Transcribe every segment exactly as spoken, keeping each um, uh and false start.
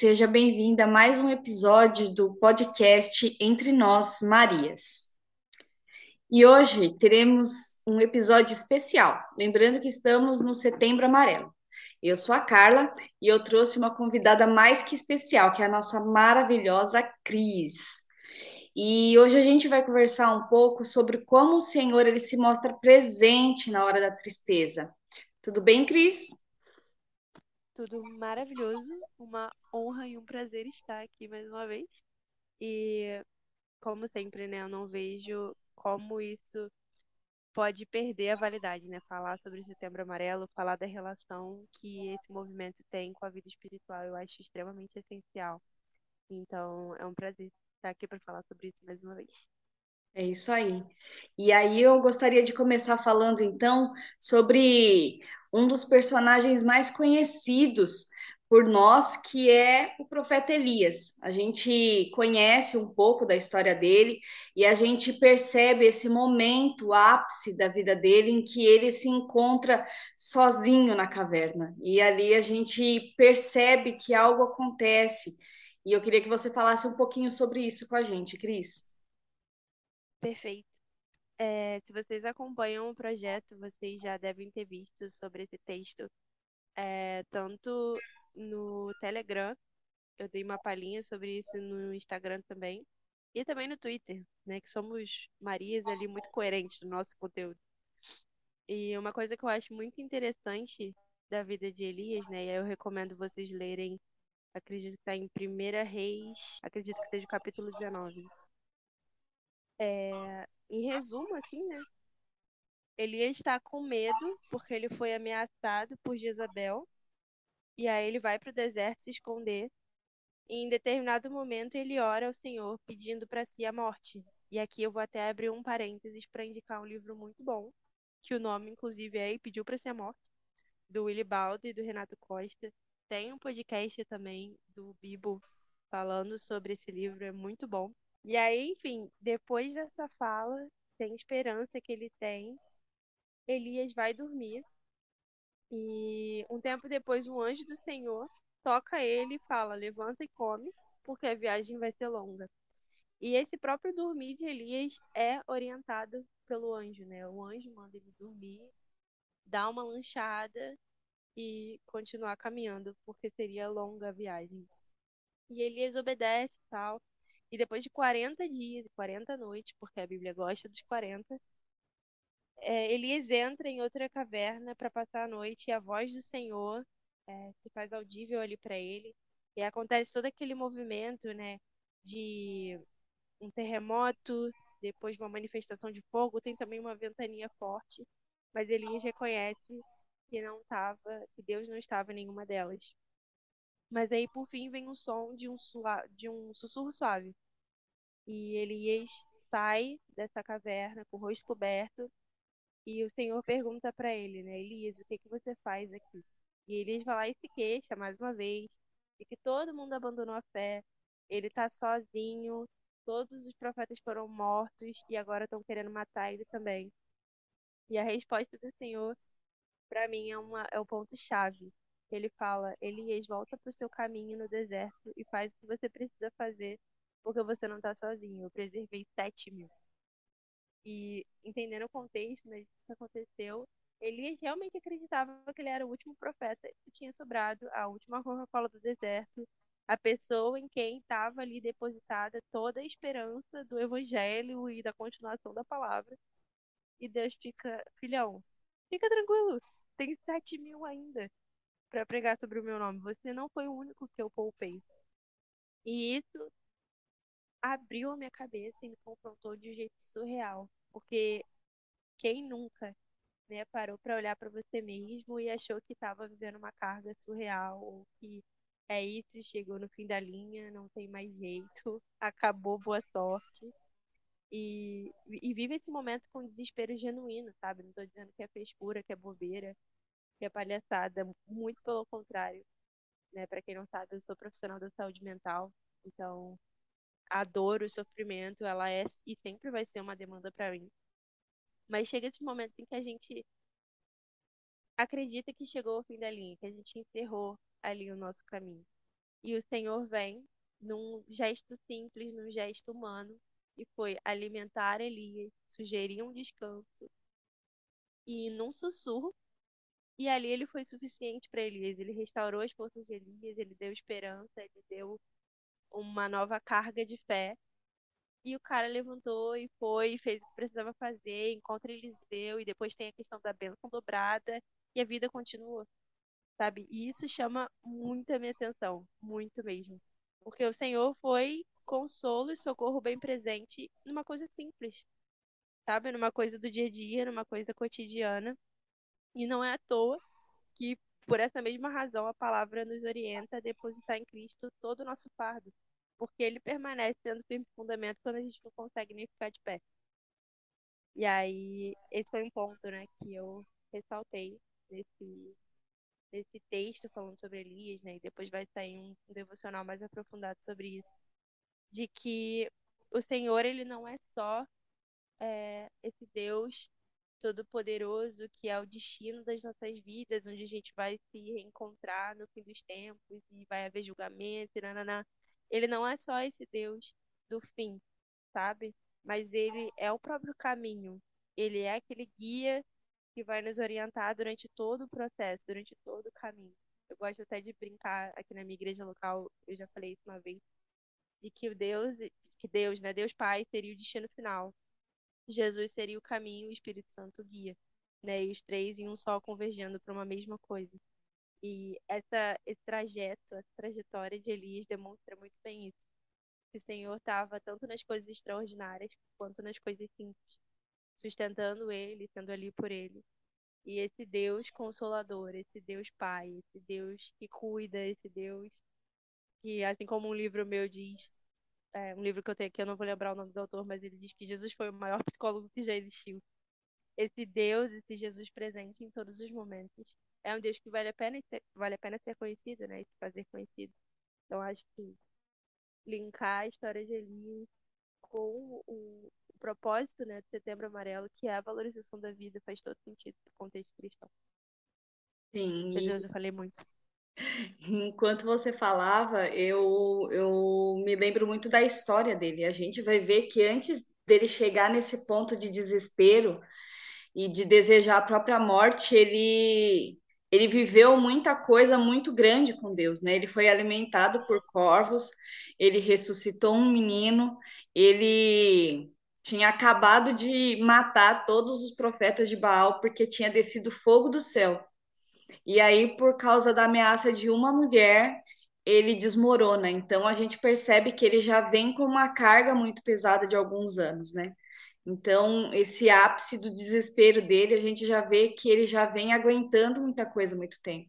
seja bem-vinda a mais um episódio do podcast Entre Nós Marias. E hoje teremos um episódio especial, lembrando que estamos no Setembro Amarelo. Eu sou a Carla e eu trouxe uma convidada mais que especial, que é a nossa maravilhosa Cris. E hoje a gente vai conversar um pouco sobre como o Senhor ele se mostra presente na hora da tristeza. Tudo bem, Cris? Tudo maravilhoso, uma honra e um prazer estar aqui mais uma vez. E, como sempre, né, eu não vejo como isso pode perder a validade, né? Falar sobre o Setembro Amarelo, falar da relação que esse movimento tem com a vida espiritual, eu acho extremamente essencial. Então, é um prazer estar aqui para falar sobre isso mais uma vez. É isso aí. E aí eu gostaria de começar falando então sobre um dos personagens mais conhecidos por nós, que é o profeta Elias. A gente conhece um pouco da história dele e a gente percebe esse momento ápice da vida dele em que ele se encontra sozinho na caverna. E ali a gente percebe que algo acontece. E eu queria que você falasse um pouquinho sobre isso com a gente, Cris. Perfeito. É, se vocês acompanham o projeto, vocês já devem ter visto sobre esse texto, é, tanto no Telegram. Eu dei uma palhinha sobre isso no Instagram também. E também no Twitter, né? Que somos Marias ali muito coerentes no nosso conteúdo. E uma coisa que eu acho muito interessante da vida de Elias, né? E aí eu recomendo vocês lerem, acredito que está em Primeira Reis, acredito que seja o capítulo dezenove. É, em resumo, assim, né? Elias está com medo porque ele foi ameaçado por Jezabel. E aí ele vai para o deserto se esconder. E em determinado momento ele ora ao Senhor pedindo para si a morte. E aqui eu vou até abrir um parênteses para indicar um livro muito bom, que o nome inclusive é E Pediu para Si a Morte, do Willy Baldo e do Renato Costa. Tem um podcast também do Bibo falando sobre esse livro, é muito bom. E aí, enfim, depois dessa fala, sem esperança que ele tem, Elias vai dormir e um tempo depois um anjo do Senhor toca ele e fala: Levanta e come, porque a viagem vai ser longa. E esse próprio dormir de Elias é orientado pelo anjo, né? O anjo manda ele dormir, dar uma lanchada e continuar caminhando, porque seria longa a viagem. E Elias obedece e tal. E depois de quarenta dias e quarenta noites, porque a Bíblia gosta dos quarenta, é, Elias entra em outra caverna para passar a noite e a voz do Senhor é, se faz audível ali para ele. E acontece todo aquele movimento, né, de um terremoto, depois uma manifestação de fogo, tem também uma ventania forte, mas Elias reconhece que não estava, que Deus não estava em nenhuma delas. Mas aí por fim vem um som de um, sua, de um sussurro suave. E Elias sai dessa caverna com o rosto coberto e o Senhor pergunta para ele, né, Elias, o que que você faz aqui? E Elias vai lá e se queixa mais uma vez de que todo mundo abandonou a fé, ele está sozinho, todos os profetas foram mortos e agora estão querendo matar ele também. E a resposta do Senhor, para mim, é uma, é o ponto-chave. Ele fala, Elias, volta para o seu caminho no deserto e faz o que você precisa fazer, porque você não está sozinho. Eu preservei sete mil. E entendendo o contexto, né, disso que aconteceu, Elias realmente acreditava que ele era o último profeta que tinha sobrado, a última Coca-Cola do deserto, a pessoa em quem estava ali depositada toda a esperança do evangelho e da continuação da palavra. E Deus fica, filhão, fica tranquilo, tem sete mil ainda para pregar sobre o meu nome. Você não foi o único que eu poupei. E isso abriu a minha cabeça e me confrontou de um jeito surreal. Porque quem nunca, né, parou para olhar para você mesmo e achou que estava vivendo uma carga surreal, ou que é isso, chegou no fim da linha, não tem mais jeito, acabou, boa sorte. E, e vive esse momento com desespero genuíno, sabe? Não estou dizendo que é frescura, que é bobeira, que é palhaçada, muito pelo contrário, né? Para quem não sabe, eu sou profissional da saúde mental, então a dor, o sofrimento, ela é e sempre vai ser uma demanda para mim. Mas chega esse momento em que a gente acredita que chegou ao fim da linha, que a gente encerrou ali o nosso caminho. E o Senhor vem num gesto simples, num gesto humano, e foi alimentar Elias, sugerir um descanso, e num sussurro, e ali ele foi suficiente para Elias. Ele restaurou as forças de Elias, ele deu esperança, ele deu uma nova carga de fé. E o cara levantou e foi, fez o que precisava fazer, encontra Eliseu, e depois tem a questão da bênção dobrada, e a vida continua, sabe? E isso chama muito a minha atenção, muito mesmo. Porque o Senhor foi consolo e socorro bem presente numa coisa simples, sabe? Numa coisa do dia a dia, numa coisa cotidiana. E não é à toa que, por essa mesma razão, a palavra nos orienta a depositar em Cristo todo o nosso fardo. Porque ele permanece sendo firme fundamento quando a gente não consegue nem ficar de pé. E aí, esse foi um ponto, né, que eu ressaltei nesse, nesse texto falando sobre Elias, né, e depois vai sair um, um devocional mais aprofundado sobre isso, de que o Senhor, ele não é só é, esse Deus todo-poderoso que é o destino das nossas vidas, onde a gente vai se reencontrar no fim dos tempos e vai haver julgamento, e nananã. Ele não é só esse Deus do fim, sabe? Mas ele é o próprio caminho. Ele é aquele guia que vai nos orientar durante todo o processo, durante todo o caminho. Eu gosto até de brincar aqui na minha igreja local, eu já falei isso uma vez, de que o Deus, que Deus, né, Deus Pai seria o destino final. Jesus seria o caminho, o Espírito Santo o guia, né? E os três em um só convergendo para uma mesma coisa. E essa, esse trajeto, essa trajetória de Elias demonstra muito bem isso. Que o Senhor estava tanto nas coisas extraordinárias quanto nas coisas simples, sustentando ele, sendo ali por ele. E esse Deus consolador, esse Deus Pai, esse Deus que cuida, esse Deus que, assim como um livro meu diz, é, um livro que eu tenho aqui, eu não vou lembrar o nome do autor, mas ele diz que Jesus foi o maior psicólogo que já existiu. Esse Deus, esse Jesus presente em todos os momentos. É um Deus que vale a pena ser, vale a pena ser conhecido, né? E se fazer conhecido. Então, acho que linkar a história de Elias com o, o propósito, né, do Setembro Amarelo, que é a valorização da vida, faz todo sentido no contexto cristão. Sim, Meu e Deus, eu falei muito. enquanto você falava, eu, eu me lembro muito da história dele. A gente vai ver que antes dele chegar nesse ponto de desespero e de desejar a própria morte, ele, ele viveu muita coisa muito grande com Deus, né? Ele foi alimentado por corvos, ele ressuscitou um menino, ele tinha acabado de matar todos os profetas de Baal porque tinha descido fogo do céu. E aí, por causa da ameaça de uma mulher, ele desmorona. Então, a gente percebe que ele já vem com uma carga muito pesada de alguns anos, né? Então, esse ápice do desespero dele, a gente já vê que ele já vem aguentando muita coisa há muito tempo.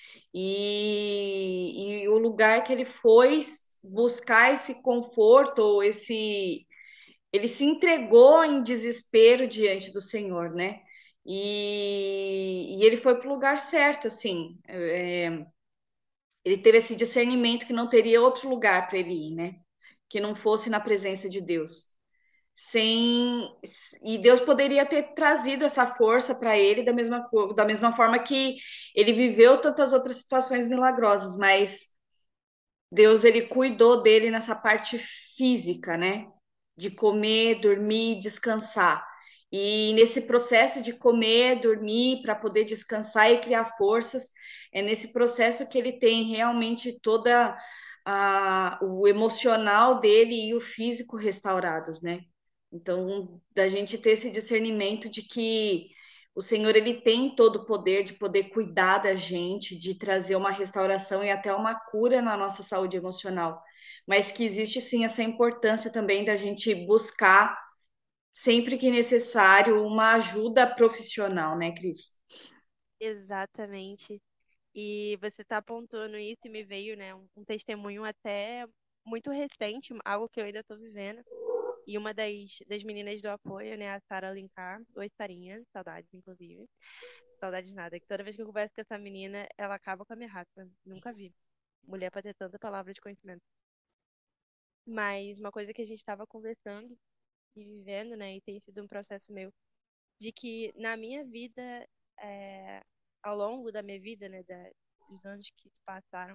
E, e o lugar que ele foi buscar esse conforto, ou esse. Ele se entregou em desespero diante do Senhor, né? E, e ele foi para o lugar certo, assim. É, ele teve esse discernimento que não teria outro lugar para ele ir, né? Que não fosse na presença de Deus. Sem e Deus poderia ter trazido essa força para ele da mesma co- da mesma forma que ele viveu tantas outras situações milagrosas, mas Deus ele cuidou dele nessa parte física, né? De comer, dormir, descansar. E nesse processo de comer, dormir, para poder descansar e criar forças, é nesse processo que ele tem realmente toda a, o emocional dele e o físico restaurados, né? Então, da gente ter esse discernimento de que o Senhor ele tem todo o poder de poder cuidar da gente, de trazer uma restauração e até uma cura na nossa saúde emocional, mas que existe sim essa importância também da gente buscar sempre que necessário uma ajuda profissional, né, Cris? Exatamente. E você está apontando isso e me veio, né, um, um testemunho até muito recente, algo que eu ainda estou vivendo. E uma das, das meninas do apoio, né, a Sara Alencar, oi Sarinha, saudades, inclusive. Saudades nada, que toda vez que eu converso com essa menina, ela acaba com a minha rata. Nunca vi. Mulher pra ter tanta palavra de conhecimento. Mas uma coisa que a gente estava conversando e vivendo, né, e tem sido um processo meu, de que na minha vida, é, ao longo da minha vida, né, da, dos anos que se passaram,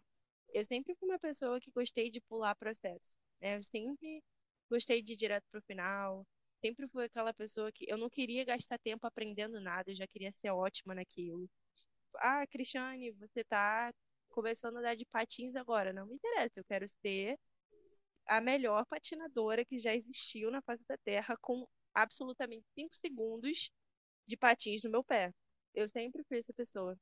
Eu sempre fui uma pessoa que gostei de pular processo, né? Eu sempre gostei de ir direto pro final. Sempre fui aquela pessoa que eu não queria gastar tempo aprendendo nada, eu já queria ser ótima naquilo. Ah, Cristiane, você tá começando a dar de patins agora. Não me interessa, eu quero ser a melhor patinadora que já existiu na face da Terra com absolutamente cinco segundos de patins no meu pé. Eu sempre fui essa pessoa.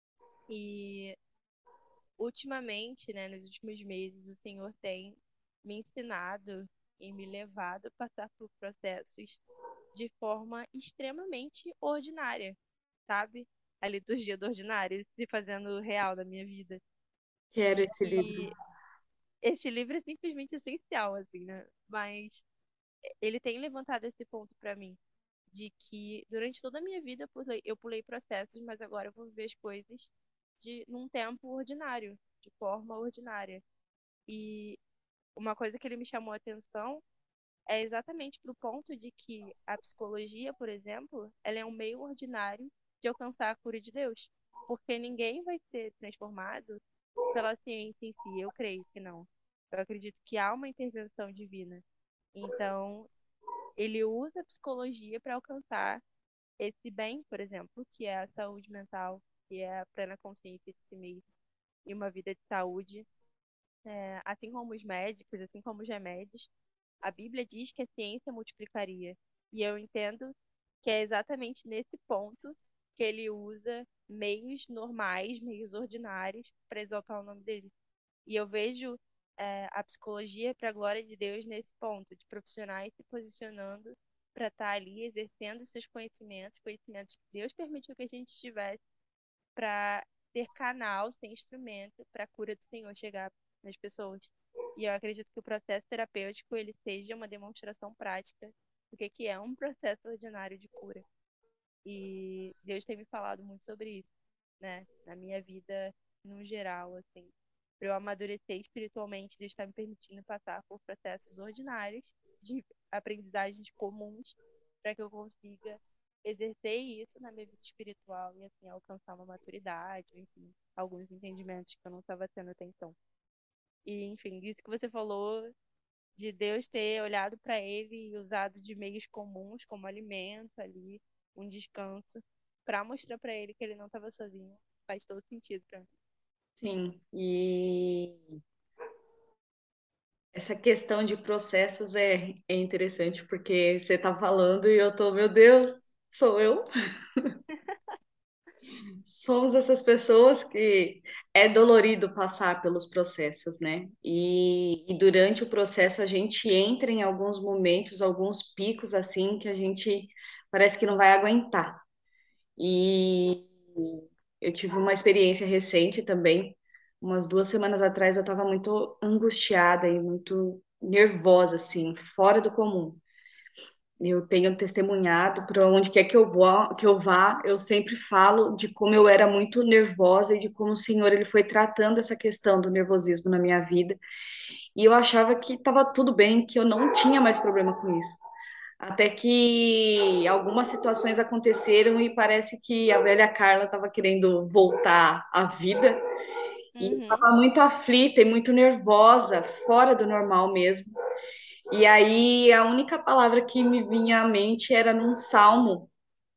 E ultimamente, né, nos últimos meses, o Senhor tem me ensinado e me levado a passar por processos de forma extremamente ordinária, sabe? A liturgia do ordinário se fazendo real na minha vida. Quero E esse livro. que esse livro é simplesmente essencial, assim, né? Mas ele tem levantado esse ponto pra mim, de que durante toda a minha vida eu pulei, eu pulei processos, mas agora eu vou viver as coisas de num tempo ordinário, de forma ordinária. E uma coisa que ele me chamou a atenção é exatamente pro ponto de que a psicologia, por exemplo, ela é um meio ordinário de alcançar a cura de Deus. Porque ninguém vai ser transformado pela ciência em si, eu creio que não. Eu acredito que há uma intervenção divina. Então, ele usa a psicologia para alcançar esse bem, por exemplo, que é a saúde mental, que é a plena consciência de si mesmo e uma vida de saúde, é, assim como os médicos, assim como os remédios. A Bíblia diz que a ciência multiplicaria. E eu entendo que é exatamente nesse ponto que ele usa meios normais, meios ordinários, para exaltar o nome dele. E eu vejo é, a psicologia para a glória de Deus nesse ponto, de profissionais se posicionando para estar ali exercendo seus conhecimentos, conhecimentos que Deus permitiu que a gente tivesse para ser canal, ser instrumento para a cura do Senhor chegar nas pessoas. E eu acredito que o processo terapêutico ele seja uma demonstração prática do que que é um processo ordinário de cura. E Deus tem me falado muito sobre isso, né? Na minha vida no geral, assim. Para eu amadurecer espiritualmente, Deus está me permitindo passar por processos ordinários de aprendizagens comuns para que eu consiga exercer isso na minha vida espiritual e assim alcançar uma maturidade, enfim, alguns entendimentos que eu não estava tendo até então. E, enfim, isso que você falou de Deus ter olhado para ele e usado de meios comuns, como alimento ali, um descanso, para mostrar para ele que ele não estava sozinho, faz todo sentido para mim. Sim, e essa questão de processos é, é interessante, porque você tá falando e eu tô, meu Deus, sou eu? Somos essas pessoas que é dolorido passar pelos processos, né? E, e durante o processo a gente entra em alguns momentos, alguns picos assim, que a gente parece que não vai aguentar. E eu tive uma experiência recente também, umas duas semanas atrás eu estava muito angustiada e muito nervosa, assim, fora do comum. Eu tenho testemunhado para onde quer que eu vou, que eu vá, eu sempre falo de como eu era muito nervosa e de como o Senhor ele foi tratando essa questão do nervosismo na minha vida. E eu achava que estava tudo bem, que eu não tinha mais problema com isso. Até que algumas situações aconteceram e parece que a velha Carla estava querendo voltar à vida e eu Uhum, estava muito aflita e muito nervosa, fora do normal mesmo. E aí a única palavra que me vinha à mente era num salmo,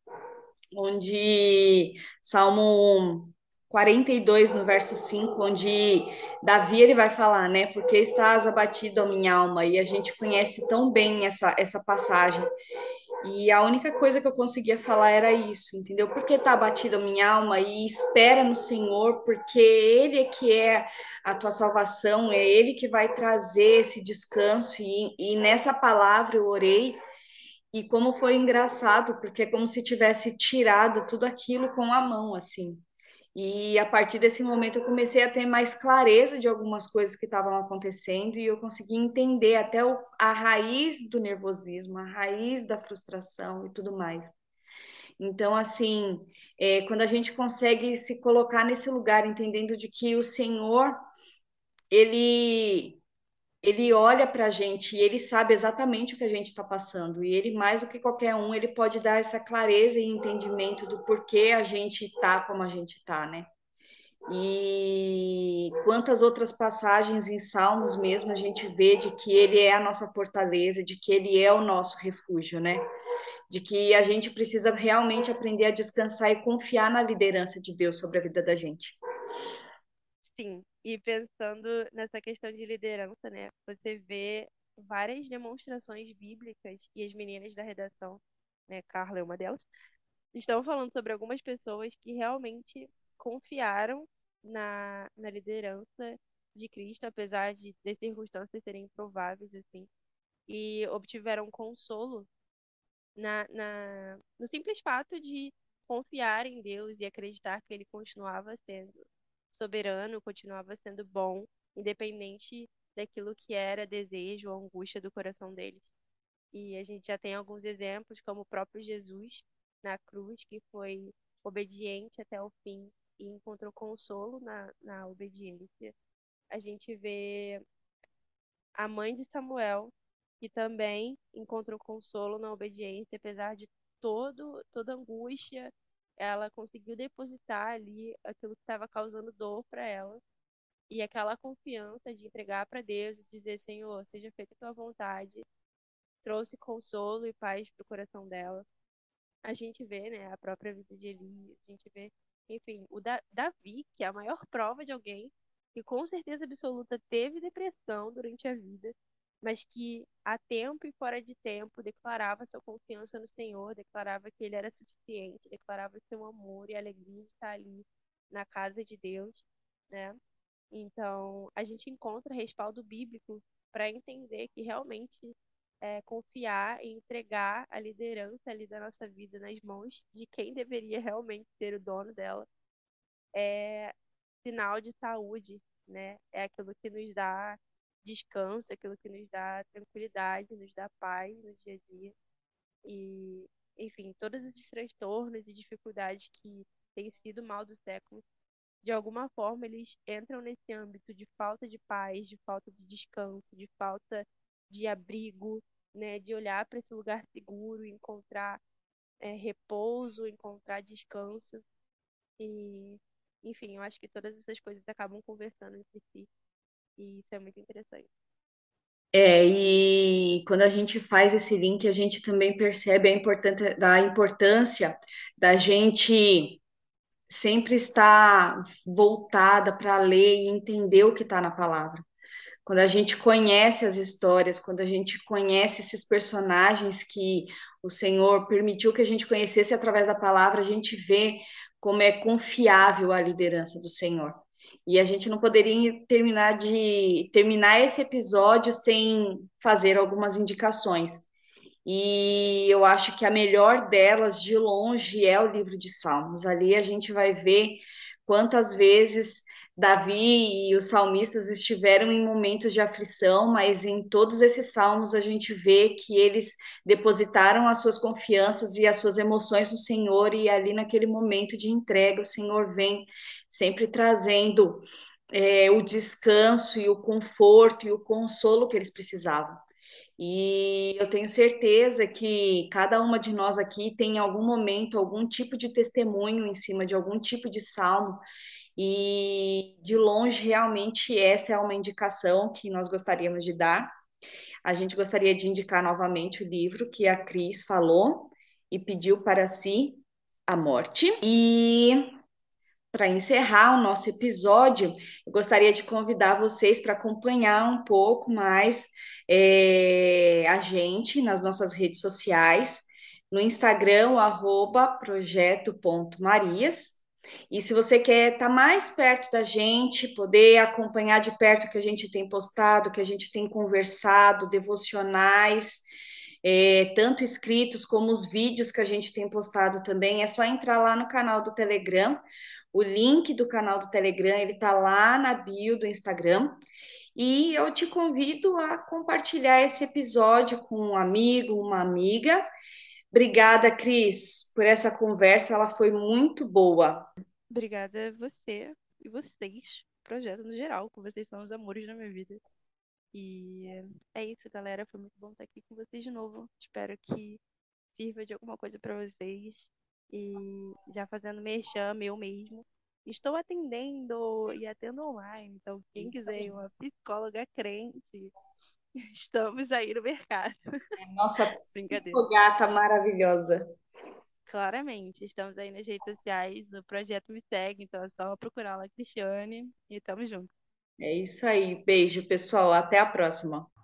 onde Salmo quarenta e dois, no verso cinco, onde Davi ele vai falar, né? Porque estás abatido, a minha alma, e a gente conhece tão bem essa, essa passagem. E a única coisa que eu conseguia falar era isso, entendeu? Porque tá abatida a minha alma e espera no Senhor, porque Ele é que é a tua salvação, é Ele que vai trazer esse descanso. E, e nessa palavra eu orei, e como foi engraçado, porque é como se tivesse tirado tudo aquilo com a mão, assim. E a partir desse momento eu comecei a ter mais clareza de algumas coisas que estavam acontecendo e eu consegui entender até o, a raiz do nervosismo, a raiz da frustração e tudo mais. Então, assim, é, quando a gente consegue se colocar nesse lugar, entendendo de que o Senhor, ele ele olha para a gente e ele sabe exatamente o que a gente está passando. E ele, mais do que qualquer um, ele pode dar essa clareza e entendimento do porquê a gente está como a gente está, né? E quantas outras passagens em Salmos mesmo a gente vê de que ele é a nossa fortaleza, de que ele é o nosso refúgio, né? De que a gente precisa realmente aprender a descansar e confiar na liderança de Deus sobre a vida da gente. Sim, e pensando nessa questão de liderança, né? Você vê várias demonstrações bíblicas e as meninas da redação, né? Carla é uma delas, estão falando sobre algumas pessoas que realmente confiaram na, na liderança de Cristo, apesar de das circunstâncias serem improváveis, assim, e obtiveram consolo na, na, no simples fato de confiar em Deus e acreditar que Ele continuava sendo soberano, continuava sendo bom, independente daquilo que era desejo ou angústia do coração deles. E a gente já tem alguns exemplos, como o próprio Jesus na cruz, que foi obediente até o fim e encontrou consolo na, na obediência. A gente vê a mãe de Samuel, que também encontrou consolo na obediência, apesar de todo, toda angústia, ela conseguiu depositar ali aquilo que estava causando dor para ela. E aquela confiança de entregar para Deus e dizer, Senhor, seja feita a tua vontade, trouxe consolo e paz para o coração dela. A gente vê, né, a própria vida de Eli, a gente vê, enfim, o da Davi, que é a maior prova de alguém que com certeza absoluta teve depressão durante a vida, mas que a tempo e fora de tempo declarava sua confiança no Senhor, declarava que ele era suficiente, declarava seu amor e alegria de estar ali na casa de Deus, né? Então, a gente encontra respaldo bíblico para entender que realmente é, confiar e entregar a liderança ali da nossa vida nas mãos de quem deveria realmente ser o dono dela é sinal de saúde, né? É aquilo que nos dá descanso, é aquilo que nos dá tranquilidade, nos dá paz no dia a dia. E, enfim, todos esses transtornos e dificuldades que têm sido o mal do século de alguma forma eles entram nesse âmbito de falta de paz, de falta de descanso, de falta de abrigo, né, de olhar para esse lugar seguro, encontrar é, repouso, encontrar descanso e, enfim, eu acho que todas essas coisas acabam conversando entre si e isso é muito interessante. É, e quando a gente faz esse link, a gente também percebe a importância da importância da gente sempre estar voltada para ler e entender o que está na palavra. Quando a gente conhece as histórias, quando a gente conhece esses personagens que o Senhor permitiu que a gente conhecesse através da palavra, a gente vê como é confiável a liderança do Senhor. E a gente não poderia terminar de terminar esse episódio sem fazer algumas indicações. E eu acho que a melhor delas, de longe, é o livro de Salmos. Ali a gente vai ver quantas vezes Davi e os salmistas estiveram em momentos de aflição, mas em todos esses salmos a gente vê que eles depositaram as suas confianças e as suas emoções no Senhor, e ali naquele momento de entrega, o Senhor vem sempre trazendo é, o descanso e o conforto e o consolo que eles precisavam. E eu tenho certeza que cada uma de nós aqui tem em algum momento algum tipo de testemunho em cima de algum tipo de salmo, e de longe realmente essa é uma indicação que nós gostaríamos de dar. A gente gostaria de indicar novamente o livro que a Cris falou e pediu para si a morte. E para encerrar o nosso episódio, eu gostaria de convidar vocês para acompanhar um pouco mais é, a gente nas nossas redes sociais, no Instagram, o arroba projeto.marias. E se você quer estar mais perto da gente, poder acompanhar de perto o que a gente tem postado, o que a gente tem conversado, devocionais, é, tanto escritos como os vídeos que a gente tem postado também, é só entrar lá no canal do Telegram. O link do canal do Telegram, ele tá lá na bio do Instagram. E eu te convido a compartilhar esse episódio com um amigo, uma amiga. Obrigada, Cris, por essa conversa, ela foi muito boa. Obrigada a você e vocês, projeto no geral, que vocês são os amores da minha vida. E é isso, galera. Foi muito bom estar aqui com vocês de novo. Espero que sirva de alguma coisa para vocês. E já fazendo merchan meu mesmo. estou atendendo e atendo online. Então, quem Isso quiser aí. ir uma psicóloga crente, estamos aí no mercado. Nossa Brincadeira. psicogata maravilhosa. Claramente, estamos aí nas redes sociais, o projeto me segue, então é só procurar lá, Cristiane, e tamo junto. É isso aí. Beijo, pessoal. Até a próxima.